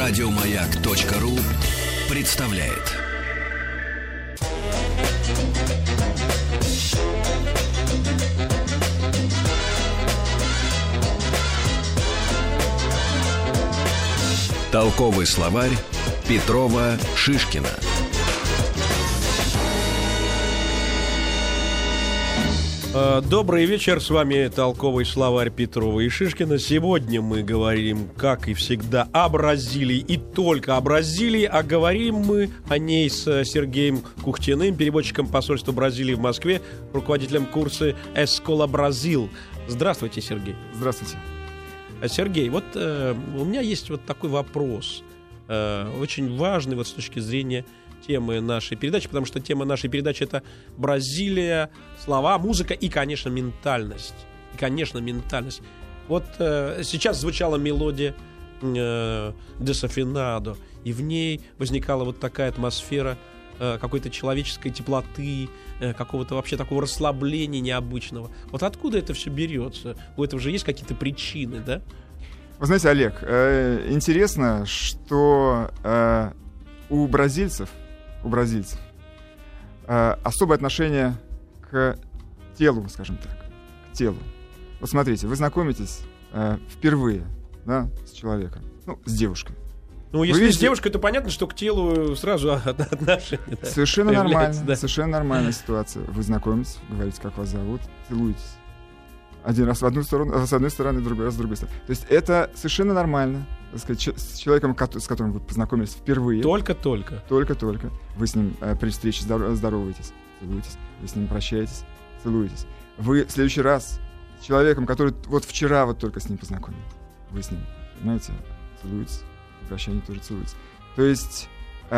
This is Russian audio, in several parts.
Радиомаяк.ру представляет. Толковый словарь Петрова-Шишкина. Добрый вечер, с вами толковый словарь Петрова и Шишкина. Сегодня мы говорим, как и всегда, о Бразилии и только о Бразилии. А говорим мы о ней с Сергеем Кухтиным, переводчиком посольства Бразилии в Москве, руководителем курса «Эскола Бразил». Здравствуйте, Сергей. Здравствуйте. Сергей, вот у меня есть вот такой вопрос, очень важный вот с точки зрения темы нашей передачи, потому что тема нашей передачи — это Бразилия, слова, музыка и, конечно, ментальность. Вот сейчас звучала мелодия «Десафинадо», и в ней возникала вот такая атмосфера какой-то человеческой теплоты, какого-то вообще такого расслабления необычного. Вот откуда это все берется? У этого же есть какие-то причины, да? Вы знаете, Олег, интересно, что у бразильцев особое отношение к телу, скажем так, к телу. Вот смотрите, вы знакомитесь впервые, да, с человеком, с девушкой. Ну, если с девушкой, то понятно, что к телу сразу отношения. Да, совершенно нормально, да. Совершенно нормальная ситуация. Вы знакомитесь, говорите, как вас зовут, целуетесь. Один раз в одну сторону, с одной стороны, другой раз с другой стороны. То есть это совершенно нормально, так сказать, с человеком, с которым вы познакомились впервые. Только-только. Только-только. Вы с ним при встрече здороваетесь, целуетесь. Вы с ним прощаетесь, целуетесь. Вы в следующий раз с человеком, который вот вчера вот только с ним познакомились, вы с ним, понимаете, целуетесь, в прощании тоже целуетесь. То есть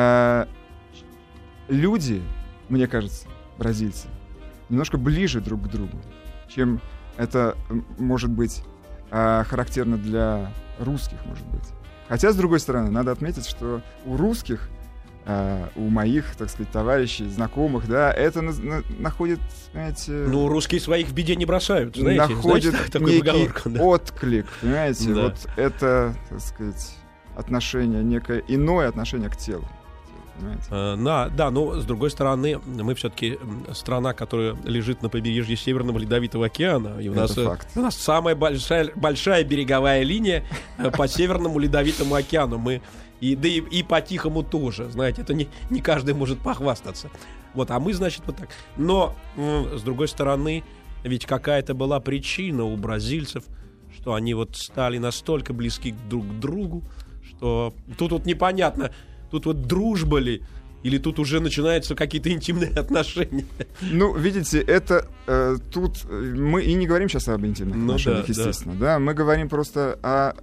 люди, мне кажется, бразильцы, немножко ближе друг к другу, чем это может быть характерно для русских, может быть. Хотя, с другой стороны, надо отметить, что у русских, у моих, так сказать, товарищей, знакомых, да, это находит, понимаете... Ну, русские своих в беде не бросают, знаете. Находит некий да. отклик, понимаете. Да. Вот это, так сказать, отношение, некое иное отношение к телу. Да, но с другой стороны, мы все-таки страна, которая лежит на побережье Северного Ледовитого океана. И у нас самая большая береговая линия по Северному Ледовитому океану. И по Тихому тоже. Знаете, это не каждый может похвастаться. Вот, а мы, значит, вот так. Но, с другой стороны, ведь какая-то была причина у бразильцев, что они вот стали настолько близки друг к другу, что тут вот непонятно, тут вот дружба ли, или тут уже начинаются какие-то интимные отношения? Ну, видите, это тут мы и не говорим сейчас об интимных отношениях, естественно. Да. Мы говорим просто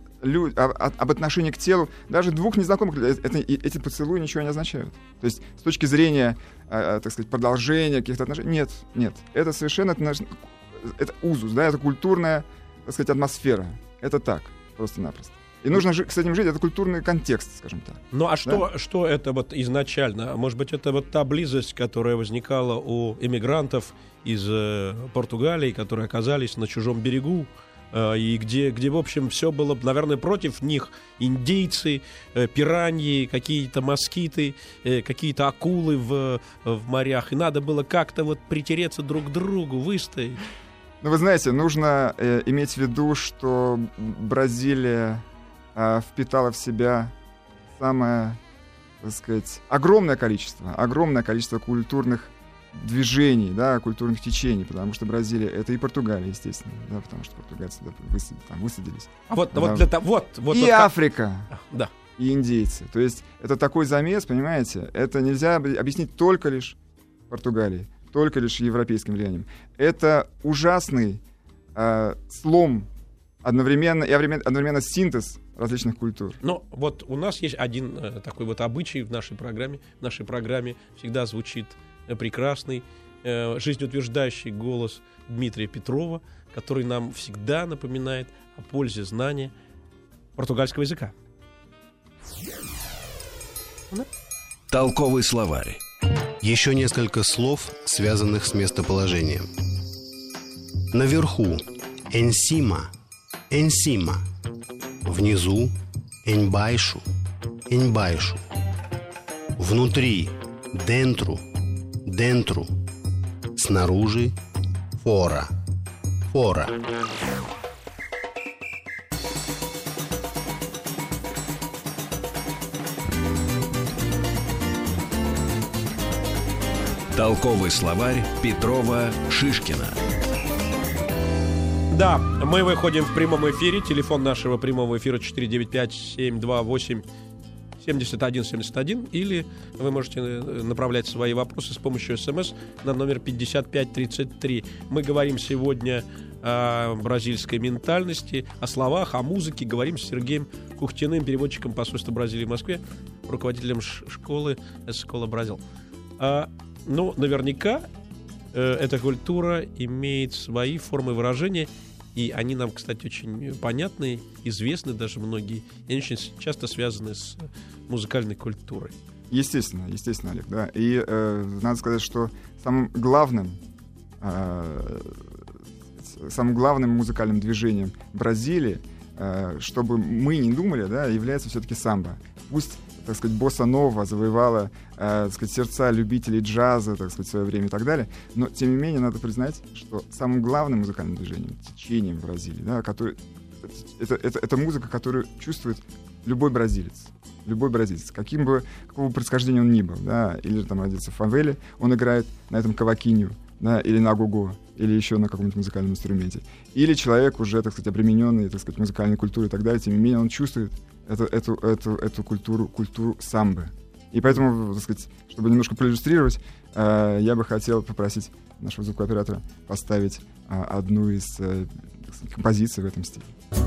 об отношении к телу. Даже двух незнакомых эти поцелуи ничего не означают. То есть с точки зрения, так сказать, продолжения каких-то отношений, нет. Это совершенно это узус, да, это культурная, так сказать, атмосфера. Это так, просто-напросто. И нужно с этим жить, это культурный контекст, скажем так. Ну а что это вот изначально? Может быть, это вот та близость, которая возникала у эмигрантов из Португалии, которые оказались на чужом берегу, и где, в общем, все было, наверное, против них. Индейцы, пираньи, какие-то москиты, какие-то акулы в морях. И надо было как-то вот притереться друг к другу, выстоять. Ну, вы знаете, нужно иметь в виду, что Бразилия впитала в себя самое, так сказать, огромное количество культурных движений, да, культурных течений, потому что Бразилия — это и Португалия, естественно, да, потому что португальцы там высадились. И Африка, да, и индейцы. То есть это такой замес, понимаете, это нельзя объяснить только лишь Португалией, только лишь европейским влиянием. Это ужасный слом одновременно синтез различных культур. Но вот у нас есть один такой вот обычай в нашей программе. В нашей программе всегда звучит прекрасный, жизнеутверждающий голос Дмитрия Петрова, который нам всегда напоминает о пользе знания португальского языка. Толковый словарь. Еще несколько слов, связанных с местоположением. Наверху — encima, encima. Внизу — embaixo, embaixo. Внутри, dentro, dentro. Снаружи, fora, fora. Толковый словарь Петрова-Шишкина. Да, мы выходим в прямом эфире. Телефон нашего прямого эфира 495-728-7171. Или вы можете направлять свои вопросы с помощью СМС на номер 5533. Мы говорим сегодня о бразильской ментальности, о словах, о музыке. Говорим с Сергеем Кухтиным, переводчиком посольства Бразилии в Москве, руководителем школы «Эскола Бразил». Ну, наверняка эта культура имеет свои формы выражения, и они нам, кстати, очень понятны, известны даже многие, и они очень часто связаны с музыкальной культурой. Естественно, Олег, да. И надо сказать, что самым главным музыкальным движением Бразилии, чтобы мы не думали, да, является все-таки самбо. Пусть, так сказать, босса-нова завоевала, так сказать, сердца любителей джаза, так сказать, в свое время и так далее. Но, тем не менее, надо признать, что самым главным музыкальным движением, течением Бразилии, да, это музыка, которую чувствует любой бразилец. Любой бразилец, какого бы происхождения он ни был, да, или там родился в фавеле, он играет на этом кавакинью, да, или на гуго, или еще на каком-нибудь музыкальном инструменте. Или человек уже, так сказать, обремененный, так сказать, музыкальной культурой и так далее, тем не менее он чувствует эту культуру самбы. И поэтому, так сказать, чтобы немножко проиллюстрировать, я бы хотел попросить нашего звукооператора поставить одну из композиций в этом стиле.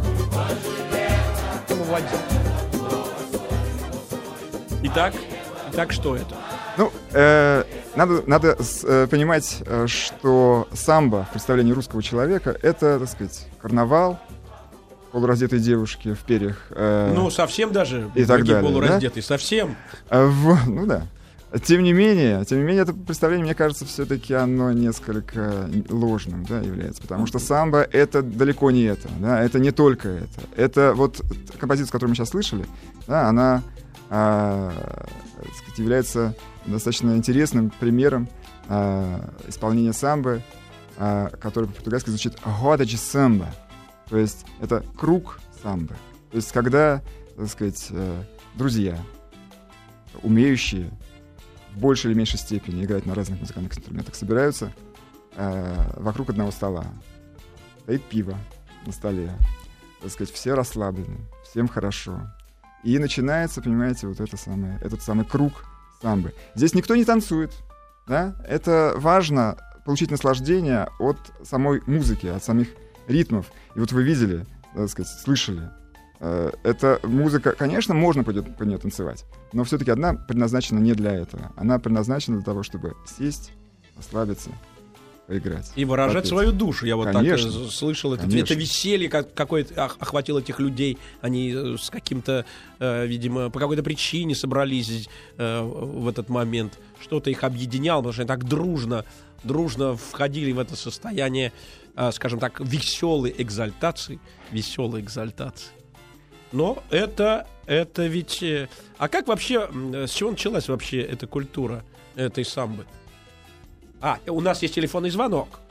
Итак, что это? Ну, надо понимать, что самбо в представлении русского человека — это, так сказать, карнавал, полураздетые девушки в перьях. Ну, совсем даже. И так далее, полураздетые, да? Совсем. Ну да. Тем не менее, это представление, мне кажется, все-таки оно несколько ложным, да, является. Потому что самбо — это далеко не это, да, это не только это. Это вот композиция, которую мы сейчас слышали, да, она, так сказать, является достаточно интересным примером исполнения самбо, который по-португальски звучит «roda de samba». То есть это круг самбо. То есть когда, так сказать, друзья, умеющие в большей или меньшей степени играть на разных музыкальных инструментах, собираются вокруг одного стола. Стоит пиво на столе. Так сказать, все расслаблены, всем хорошо. И начинается, понимаете, вот этот самый круг самбы. Здесь никто не танцует. Да? Это важно получить наслаждение от самой музыки, от самих ритмов. И вот вы видели, так сказать, слышали. Эта музыка, конечно, можно по нее танцевать, но все-таки она предназначена не для этого. Она предназначена для того, чтобы сесть, расслабиться, поиграть. И выражать свою душу. Я вот конечно, так слышал. Это веселье какое-то охватило этих людей. Они с каким-то, видимо, по какой-то причине собрались в этот момент. Что-то их объединяло, потому что они так дружно входили в это состояние, скажем так, веселой экзальтации. Но это ведь... А как вообще, с чего началась вообще эта культура этой самбы? У нас есть телефонный звонок.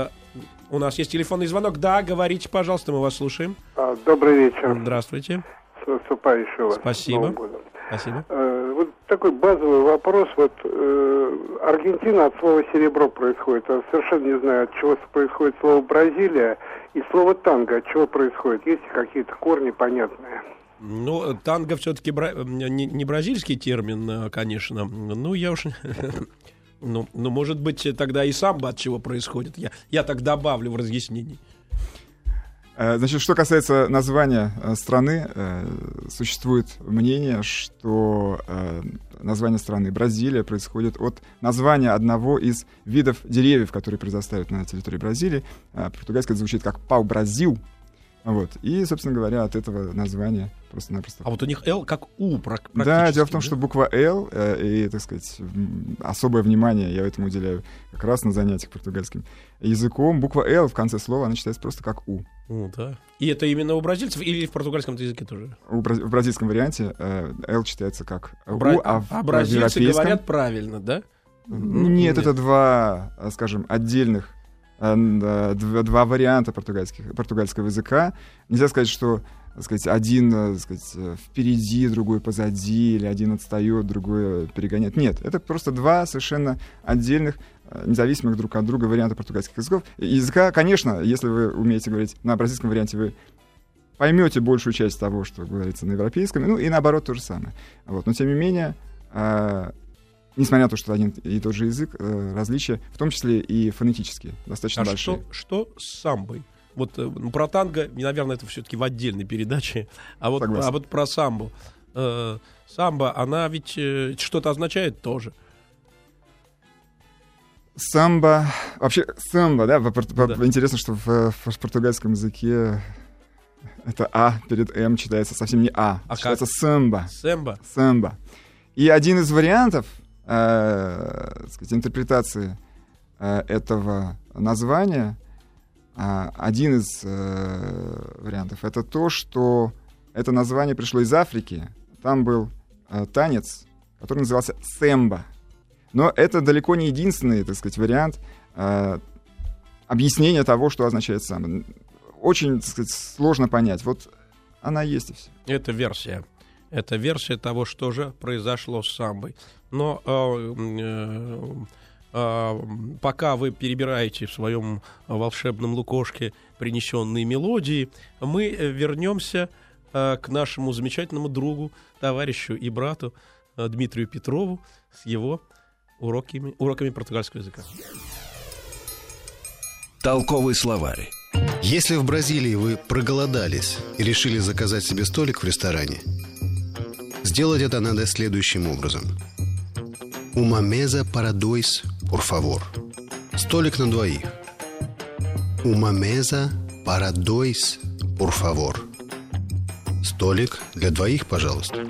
Да, говорите, пожалуйста, мы вас слушаем. Добрый вечер. Здравствуйте. С наступающим вас. Спасибо. Новым годом. Спасибо. Вот такой базовый вопрос. Вот Аргентина от слова «серебро» происходит. Я совершенно не знаю, от чего происходит слово «Бразилия» и слово «танго». От чего происходит? Есть какие-то корни понятные? Ну, танго все-таки не бразильский термин, конечно. Ну, я уж... Ну, может быть, тогда и самбо от чего происходит. Я так добавлю в разъяснении. Значит, что касается названия страны, существует мнение, что название страны Бразилия происходит от названия одного из видов деревьев, которые произрастают на территории Бразилии. По-португальски это звучит как «пау-бразил». Вот. И, собственно говоря, от этого названия просто-напросто. А вот у них «Л» как «У» практически. Да, дело в том, что буква «Л», и, так сказать, особое внимание я этому уделяю как раз на занятиях португальским языком. Буква «Л» в конце слова, она читается просто как «У». Да. И это именно у бразильцев или в португальском языке тоже? В бразильском варианте «Л» читается как «У», а бразильцы говорят правильно, да? Нет, это два, скажем, отдельных, два варианта португальского языка. Нельзя сказать, что, так сказать, один, так сказать, впереди, другой позади, или один отстает, другой перегоняет. Нет, это просто два совершенно отдельных, независимых друг от друга варианта португальских языка. Конечно, если вы умеете говорить на бразильском варианте, вы поймете большую часть того, что говорится на европейском, ну и наоборот то же самое. Вот. Но тем не менее, несмотря на то, что один и тот же язык, различия, в том числе и фонетические, достаточно большие. Что с самбой? Вот про танго, наверное, это все-таки в отдельной передаче. А вот про самбу. Самба, она ведь что-то означает тоже. Самба. Вообще, самба, да? Интересно, что в португальском языке это «а» перед «м» читается совсем не «а». Читается «самба». Самба. И один из вариантов, сказать, интерпретации этого названия, один из вариантов, это то, что это название пришло из Африки. Там был танец, который назывался «семба». Но это далеко не единственный, так сказать, вариант объяснения того, что означает самбо. Очень, так сказать, сложно понять. Вот она есть и все. Это версия. Это версия того, что же произошло с самбой. Но пока вы перебираете в своем волшебном лукошке принесенные мелодии, мы вернемся к нашему замечательному другу, товарищу и брату Дмитрию Петрову с его уроками португальского языка. Толковый словарь. Если в Бразилии вы проголодались и решили заказать себе столик в ресторане, сделать это надо следующим образом. Uma mesa para dois, por favor. Столик на двоих. Uma mesa para dois, por favor. Столик для двоих, пожалуйста.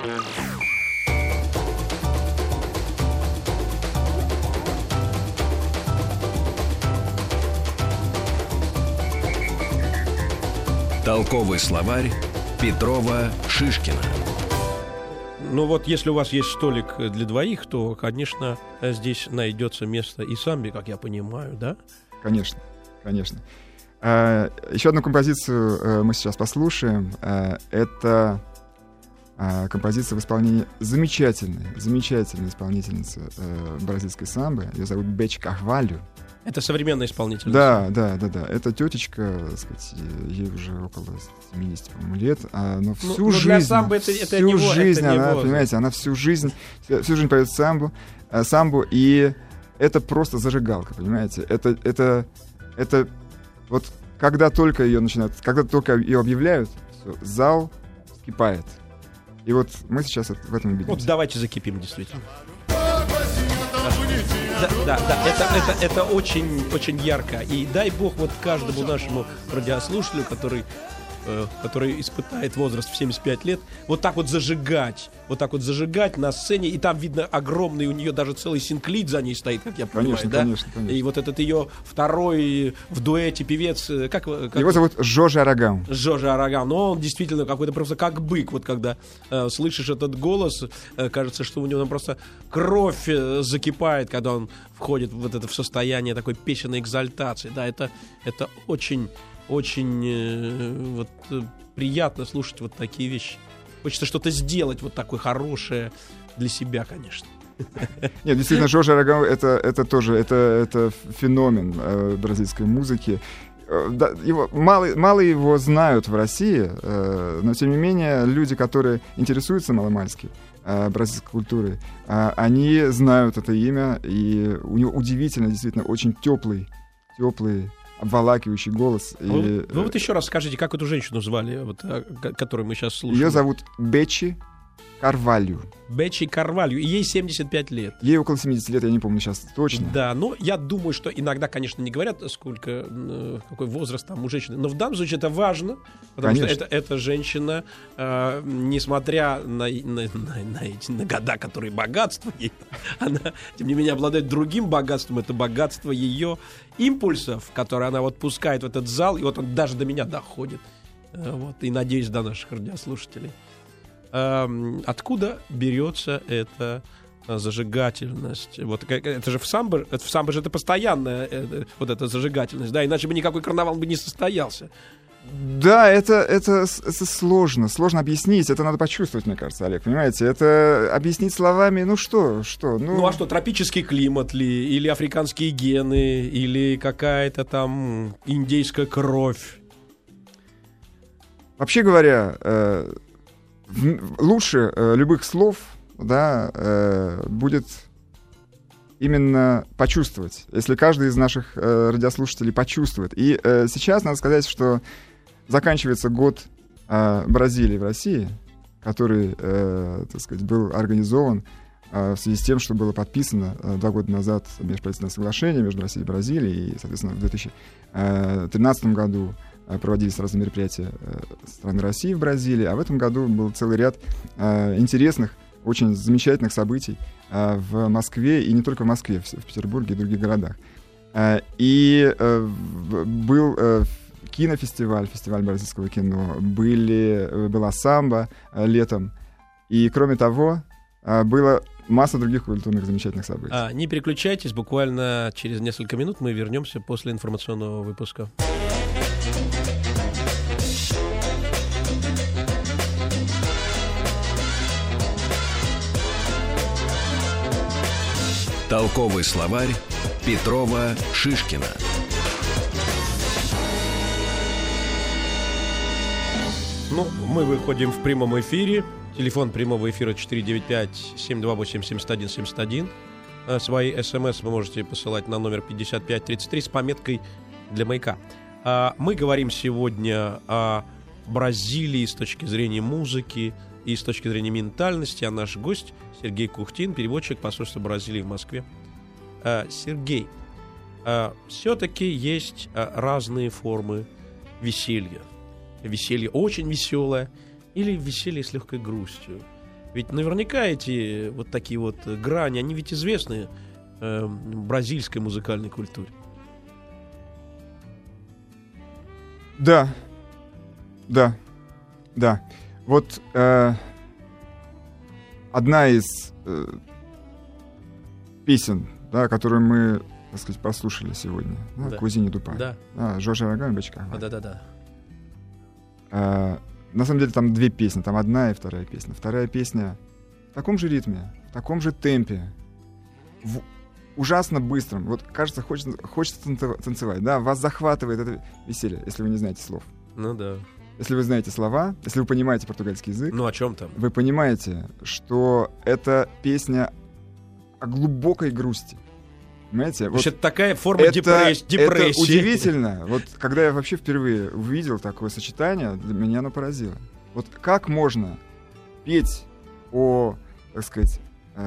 Толковый словарь Петрова Шишкина. Ну вот, если у вас есть столик для двоих, то, конечно, здесь найдется место и самбе, как я понимаю, да? Конечно, конечно. Еще одну композицию мы сейчас послушаем. Это композиция в исполнении замечательной исполнительницы бразильской самбы. Ее зовут Бетти Карвалью. Это современная исполнительница. Да. Это тетечка, так сказать, ей уже около 70, по-моему, лет, но всю жизнь... Для самбы она всю жизнь поет самбу, и это просто зажигалка, понимаете? Это вот когда только ее объявляют, все, зал вскипает. И вот мы сейчас в этом убедимся. Вот давайте закипим, действительно. Да, это очень, очень ярко. И дай бог вот каждому нашему радиослушателю, который испытает возраст в 75 лет, вот так вот зажигать на сцене, и там видно огромный, у нее даже целый синклит за ней стоит, как я понимаю, конечно. И вот этот ее второй в дуэте певец, как его зовут Жорже Арагão. Но он действительно какой-то просто как бык, вот когда слышишь этот голос, кажется, что у него просто кровь закипает, когда он входит в состояние такой песенной экзальтации, да, это очень приятно слушать вот такие вещи. Хочется что-то сделать вот такое хорошее для себя, конечно. Нет, действительно, Жорже Арагão это тоже это феномен бразильской музыки. Мало его знают в России, но тем не менее люди, которые интересуются маломальски бразильской культурой, они знают это имя, и у него удивительно, действительно, очень теплый обволакивающий голос. Вы вот еще раз скажите, как эту женщину звали, которую мы сейчас слушаем? Ее зовут Бетти Карвалью. Бетчи Карвалью. И ей 75 лет. Ей около 70 лет, я не помню сейчас точно. Да, но я думаю, что иногда, конечно, не говорят, какой возраст там у женщины. Но в данном случае это важно, потому что эта женщина, несмотря на года, которые богатство ей, она, тем не менее, обладает другим богатством. Это богатство ее импульсов, которые она вот пускает в этот зал, и вот он даже до меня доходит. Вот, и надеюсь, до наших радиослушателей. Откуда берется эта зажигательность? Вот это же в самбо же это постоянная вот эта зажигательность, да, иначе бы никакой карнавал бы не состоялся. Да, это сложно объяснить, это надо почувствовать, мне кажется, Олег, понимаете, это объяснить словами, ну что? Ну а что, тропический климат ли, или африканские гены, или какая-то там индейская кровь? Вообще говоря, лучше любых слов, да, будет именно почувствовать, если каждый из наших радиослушателей почувствует. И сейчас надо сказать, что заканчивается год Бразилии в России, который, так сказать, был организован в связи с тем, что было подписано 2 года назад межправительственное соглашение между Россией и Бразилией, и, соответственно, в 2013 году проводились разные мероприятия страны России в Бразилии, а в этом году был целый ряд интересных, очень замечательных событий в Москве, и не только в Москве, в Петербурге и других городах. И был кинофестиваль, фестиваль бразильского кино, была самбо летом, и, кроме того, было масса других культурных замечательных событий. Не переключайтесь, буквально через несколько минут мы вернемся после информационного выпуска. Толковый словарь Петрова Шишкина. Ну, мы выходим в прямом эфире. Телефон прямого эфира 495-728-7171. Свои смс вы можете посылать на номер 5533 с пометкой для маяка. Мы говорим сегодня о Бразилии с точки зрения музыки и с точки зрения ментальности. А наш гость Сергей Кухтин, переводчик посольства Бразилии в Москве. Сергей, все-таки есть разные формы веселья. Веселье очень веселое или веселье с легкой грустью. Ведь наверняка эти вот такие вот грани, они ведь известны в бразильской музыкальной культуре. Да. Вот одна из песен, да, которую мы, так сказать, послушали сегодня, да. «Кузини Дупай», да. Жоржа Арагон, Бечка. Да. На самом деле там 2 песни, там одна и вторая песня. Вторая песня в таком же ритме, в таком же темпе, ужасно быстром. Вот, кажется, хочется танцевать, да, вас захватывает это веселье, если вы не знаете слов. Ну да. Если вы знаете слова, если вы понимаете португальский язык, ну о чем там? Вы понимаете, что это песня о глубокой грусти. Понимаете? Вот это такая форма депрессии. Это удивительно. Вот когда я вообще впервые увидел такое сочетание, для меня оно поразило. Вот как можно петь о, так сказать,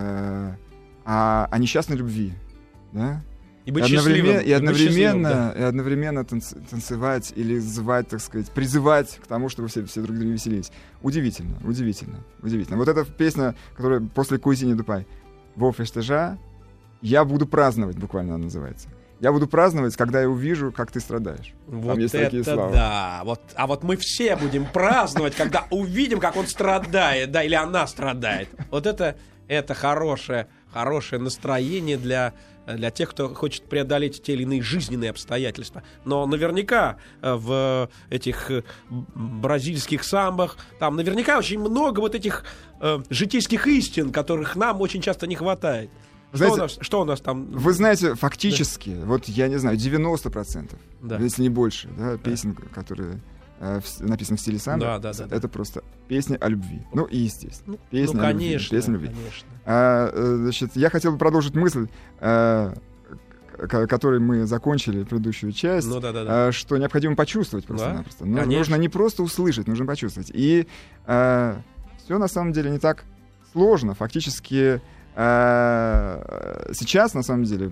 о несчастной любви, да? И быть счастливым. И одновременно танцевать или звать, так сказать, призывать к тому, чтобы все друг друга веселились. Удивительно. Вот эта песня, которая после «Кузини Дупай», «Во фестежа», «Я буду праздновать», буквально она называется. «Я буду праздновать, когда я увижу, как ты страдаешь». Вот там есть это такие слова. Да. Вот мы все будем праздновать, когда увидим, как он страдает, да, или она страдает. Вот это хорошее настроение для тех, кто хочет преодолеть те или иные жизненные обстоятельства. Но наверняка в этих бразильских самбах там наверняка очень много вот этих житейских истин, которых нам очень часто не хватает. Знаете, что у нас там? Вы знаете, фактически, вот я не знаю, 90%, да. если не больше, да, песен, которые написаны в стиле самбо, это просто песни о любви. Ну и естественно. Песня о любви. Песня о любви. Значит, я хотел бы продолжить мысль, которой мы закончили предыдущую часть, что необходимо почувствовать просто-напросто. Нужно не просто услышать, нужно почувствовать. И все на самом деле не так сложно. Фактически сейчас, на самом деле,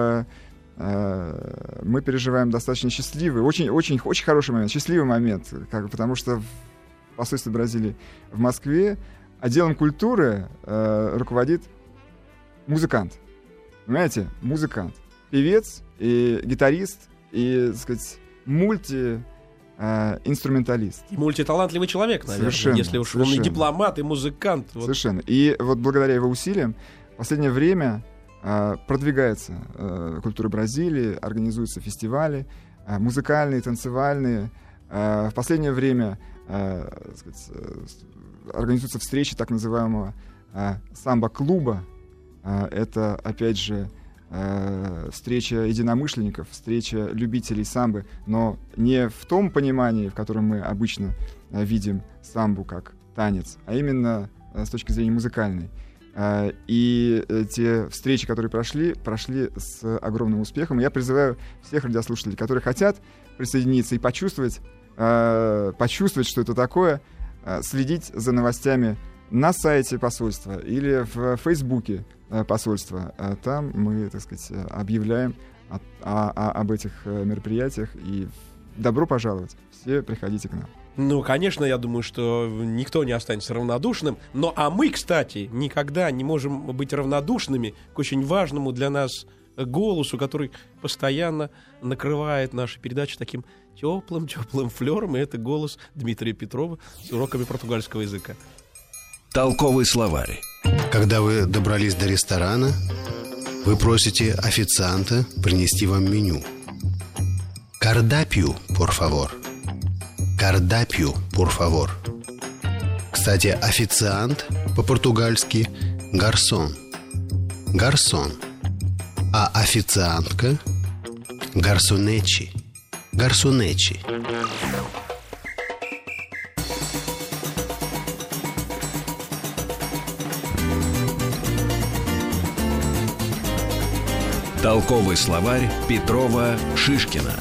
мы переживаем достаточно счастливый, очень хороший момент, счастливый момент, потому что в посольстве Бразилии в Москве отделом культуры руководит музыкант. Понимаете? Музыкант. Певец и гитарист, и, так сказать, инструменталист. И мультиталантливый человек, наверное. Совершенно, если уж он и дипломат, и музыкант. Совершенно. И вот благодаря его усилиям в последнее время продвигается культура Бразилии, организуются фестивали музыкальные, танцевальные. В последнее время организуются встречи так называемого самбо-клуба. Это, опять же, встреча единомышленников, встреча любителей самбы, но не в том понимании, в котором мы обычно видим самбу как танец, а именно с точки зрения музыкальной. И те встречи, которые прошли с огромным успехом. И я призываю всех радиослушателей, которые хотят присоединиться и почувствовать, что это такое, следить за новостями на сайте посольства или в Фейсбуке посольства. Там мы, так сказать, объявляем об этих мероприятиях. И добро пожаловать. Все приходите к нам. Ну, конечно, я думаю, что никто не останется равнодушным. А мы, кстати, никогда не можем быть равнодушными к очень важному для нас голосу, который постоянно накрывает наши передачи таким теплым флером. И это голос Дмитрия Петрова с уроками португальского языка. Толковый словарь. Когда вы добрались до ресторана, вы просите официанта принести вам меню. «Кардапью, por favor». «Кардапью, por favor». Кстати, официант по-португальски «гарсон». «Гарсон». А официантка «гарсонечи». «Гарсонечи». Толковый словарь Петрова-Шишкина.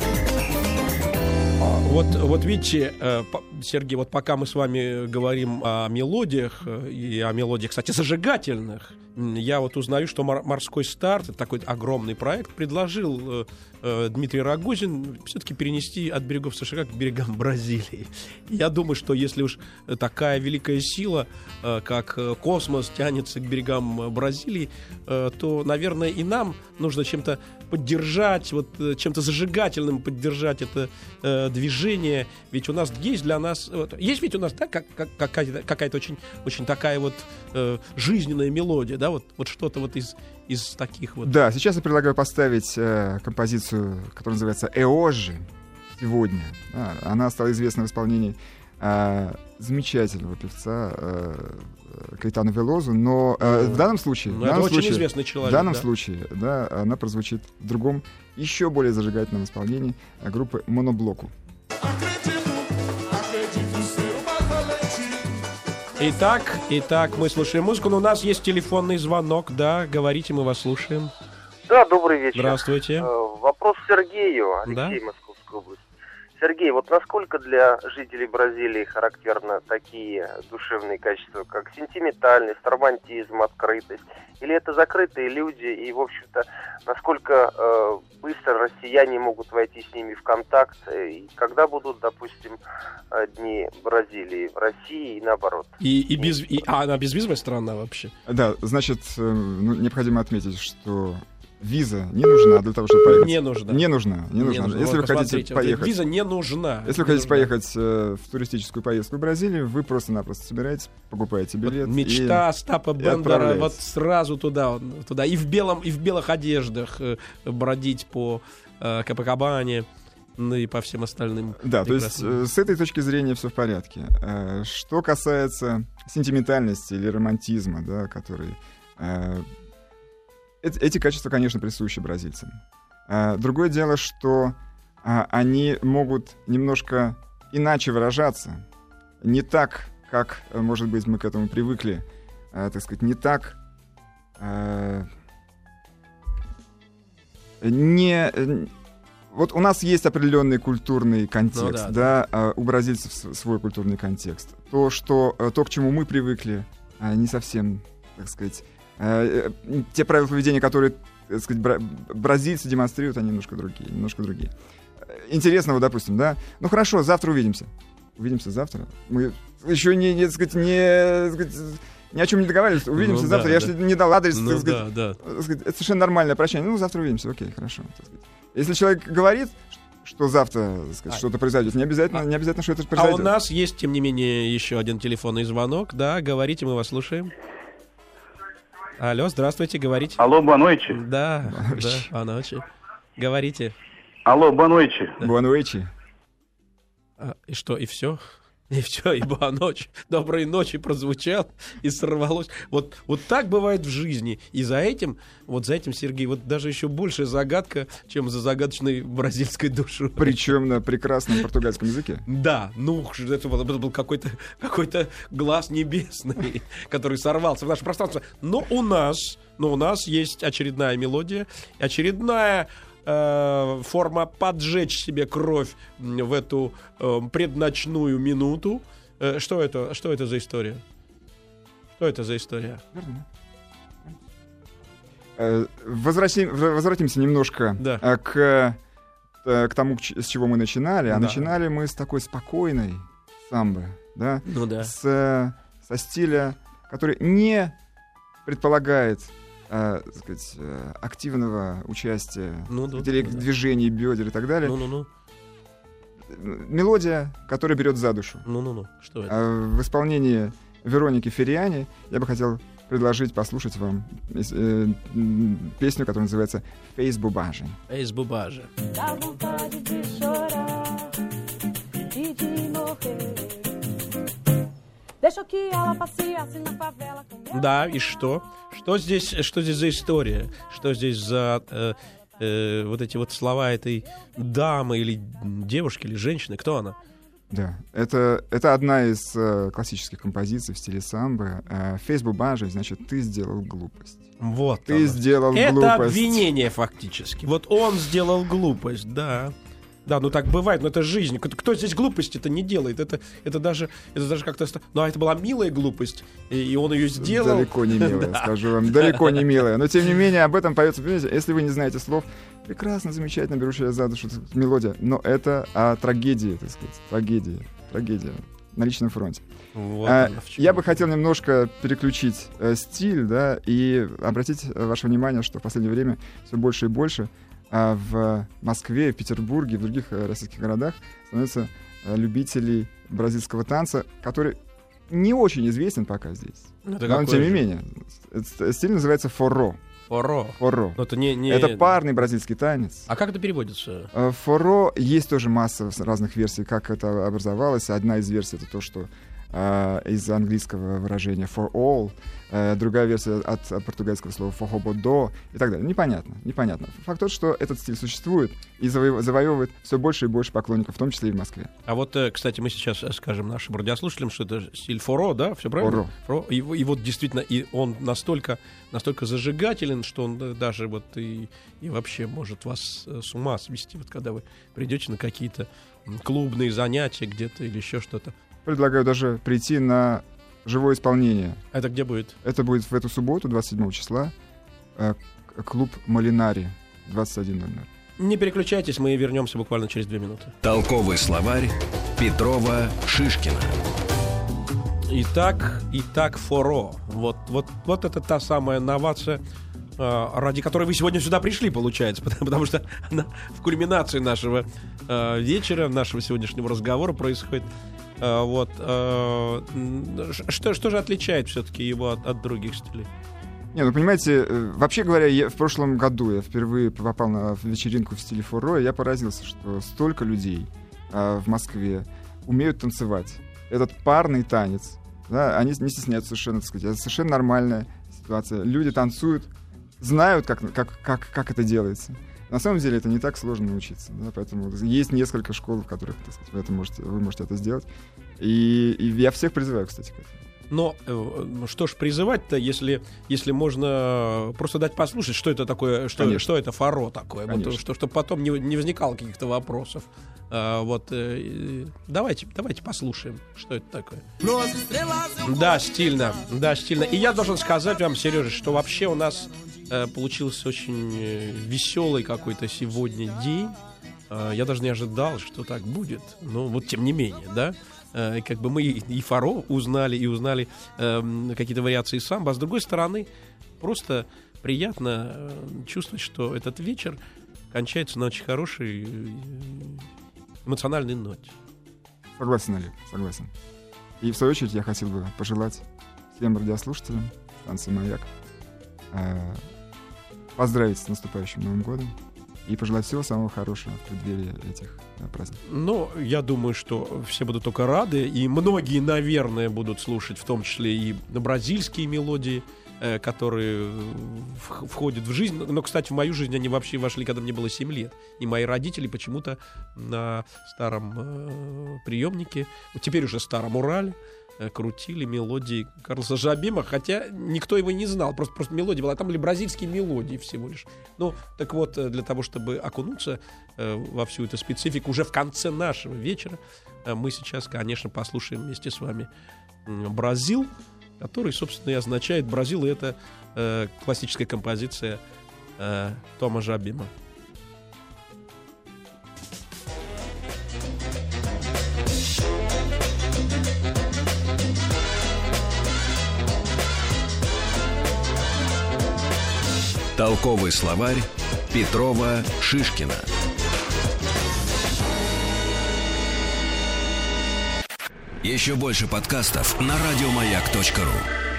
Вот видите, Сергей, вот пока мы с вами говорим о мелодиях, и о мелодиях, кстати, зажигательных, я вот узнаю, что «Морской старт», это такой огромный проект, предложил Дмитрий Рогозин все-таки перенести от берегов США к берегам Бразилии. Я думаю, что если уж такая великая сила, как космос, тянется к берегам Бразилии, то, наверное, и нам нужно чем-то поддержать, чем-то зажигательным поддержать это движение. Ведь у нас есть для нас... Есть ведь у нас какая-то очень такая жизненная мелодия, да, вот что-то из таких вот. Да, сейчас я предлагаю поставить композицию, которая называется «Эожи» сегодня. Она стала известна в исполнении замечательного певца Каэтано Велозу, но в данном случае... это очень известный человек. В данном случае, да, она прозвучит в другом, еще более зажигательном исполнении группы «Моноблоку». Итак, мы слушаем музыку, но у нас есть телефонный звонок, да, говорите, мы вас слушаем. Да, добрый вечер. Здравствуйте. Вопрос Сергею, Алексей, да? Московская область. Сергей, вот насколько для жителей Бразилии характерны такие душевные качества, как сентиментальность, романтизм, открытость? Или это закрытые люди, и, в общем-то, насколько быстро россияне могут войти с ними в контакт, и когда будут, допустим, дни Бразилии в России и наоборот? Она безвизовая страна вообще? Да, значит, необходимо отметить, что... Виза не нужна для того, чтобы поехать. Не нужна. Не нужна. Если вы хотите поехать... Виза не нужна. Если вы хотите поехать в туристическую поездку в Бразилию, вы просто-напросто собираетесь, покупаете билет. Мечта Остапа Бендера вот сразу туда. И в белых одеждах бродить по Копакабане, ну и по всем остальным. Да, то есть с этой точки зрения все в порядке. Что касается сентиментальности или романтизма, да, который... Эти качества, конечно, присущи бразильцам. Другое дело, что они могут немножко иначе выражаться. Не так, как, может быть, мы к этому привыкли. Так сказать, не так... вот у нас есть определенный культурный контекст, у бразильцев свой культурный контекст. То, к чему мы привыкли, не совсем, так сказать, те правила поведения, которые, так сказать, бразильцы демонстрируют, они немножко другие. Интересно, вот, допустим, да? Ну хорошо, завтра увидимся. Увидимся завтра. Мы еще ни о чем не договаривались. Увидимся завтра. Я же не дал адрес, так сказать, это совершенно нормальное прощание. Ну, завтра увидимся. Окей, хорошо. Так сказать. Если человек говорит, что завтра, так сказать, что-то произойдет, не обязательно, что это произойдет. А у нас есть, тем не менее, еще один телефонный звонок. Да, говорите, мы вас слушаем. Алло, здравствуйте, говорите. Алло, Банойчи. Да, Банойчи. Говорите. Алло, Банойчи. Банойчи. И что, и все? И все, и ночь. Доброй ночи прозвучал и сорвалось. Вот так бывает в жизни. И за этим, Сергей, вот даже еще большая загадка, чем за загадочной бразильской душой. Причем на прекрасном португальском языке. Да, это был какой-то глаз небесный, который сорвался в наше пространство. Но у нас есть очередная мелодия, очередная форма поджечь себе кровь в эту предночную минуту. Что это за история? Что это за история? Возвратимся немножко к тому, с чего мы начинали. А начинали мы с такой спокойной самбы, да? Со стиля, который не предполагает сказать, активного участия движений бедер и так далее. Мелодия, которая берет за душу. Что это? В исполнении Вероники Ферриани я бы хотел предложить послушать вам песню, которая называется «Fez Bobagem». «Fez Bobagem». Да, и что? Что здесь за история? Что здесь за вот эти вот слова этой дамы или девушки, или женщины? Кто она? Да, это одна из классических композиций в стиле самбо. «Fez Bobagem», значит, ты сделал глупость. Вот. Ты сделал глупость. Это обвинение фактически. Вот он сделал глупость, да. Да, так бывает, но это жизнь. Кто здесь глупости-то не делает? Это даже как-то... Ну, а это была милая глупость, и он ее сделал. Далеко не милая, скажу вам. Далеко не милая. Но, тем не менее, об этом поется, понимаете, если вы не знаете слов, прекрасно, замечательно, берущая за душу мелодия. Но это о трагедии, так сказать. Трагедия на личном фронте. Я бы хотел немножко переключить стиль, да, и обратить ваше внимание, что в последнее время все больше и больше в Москве, в Петербурге, в других российских городах становятся любителей бразильского танца, который не очень известен пока здесь. Но тем не менее. Стиль называется форро. Форро. Это парный бразильский танец. А как это переводится? Форро, есть тоже масса разных версий, как это образовалось. Одна из версий — это то, что из английского выражения for all, другая версия от португальского слова forrobodó и так далее. Непонятно. Факт тот, что этот стиль существует и завоевывает все больше и больше поклонников, в том числе и в Москве. А вот, кстати, мы сейчас скажем нашим радиослушателям, что это стиль форро, да? Все правильно? Форро. И вот действительно, и он настолько зажигателен, что он даже вот и вообще может вас с ума свести, вот когда вы придете на какие-то клубные занятия где-то или еще что-то. Предлагаю даже прийти на живое исполнение. Это где будет? Это будет в эту субботу, 27 числа, клуб «Молинари», 21:00. Не переключайтесь, мы вернемся буквально через 2 минуты. Толковый словарь Петрова Шишкина. Итак, форро. Вот это та самая новация, ради которой вы сегодня сюда пришли, получается, потому что она в кульминации нашего вечера, нашего сегодняшнего разговора происходит. Что же отличает все-таки его от других стилей? Понимаете, вообще говоря, в прошлом году я впервые попал на вечеринку в стиле форро, и я поразился, что столько людей в Москве умеют танцевать. Этот парный танец, да, они не стесняются совершенно, так сказать, это совершенно нормальная ситуация. Люди танцуют, знают, как это делается. На самом деле это не так сложно научиться, да, поэтому есть несколько школ, в которых, так сказать, вы можете это сделать. И я всех призываю, кстати, к этому. Но что ж призывать-то, если можно просто дать послушать, что это такое, что это фаро такое, вот, чтобы потом не возникало каких-то вопросов. Давайте послушаем, что это такое. Да, стильно. И я должен сказать вам, Сережа, что вообще у нас получился очень веселый какой-то сегодня день. Я даже не ожидал, что так будет. Но вот тем не менее, да. Как бы мы и фаро узнали, и узнали какие-то вариации самбо. А с другой стороны, просто приятно чувствовать, что этот вечер кончается на очень хорошей эмоциональной ноте. Согласен, Олег, согласен. И в свою очередь я хотел бы пожелать всем радиослушателям станции «Маяк» поздравить с наступающим Новым годом и пожелать всего самого хорошего в преддверии этих праздников. Ну, я думаю, что все будут только рады, и многие, наверное, будут слушать, в том числе и бразильские мелодии, которые входят в жизнь. Но, кстати, в мою жизнь они вообще вошли, когда мне было 7 лет. И мои родители почему-то на старом приемнике, теперь уже старом Урале, крутили мелодии Карлоса Жобима, хотя никто его не знал, просто мелодия была, там были бразильские мелодии всего лишь. Ну, так вот, для того, чтобы окунуться во всю эту специфику уже в конце нашего вечера, мы сейчас, конечно, послушаем вместе с вами «Бразил», который, собственно, и означает «Бразил», и это классическая композиция Тома Жобима. Толковый словарь Петрова-Шишкина. Еще больше подкастов на радиомаяк.ру.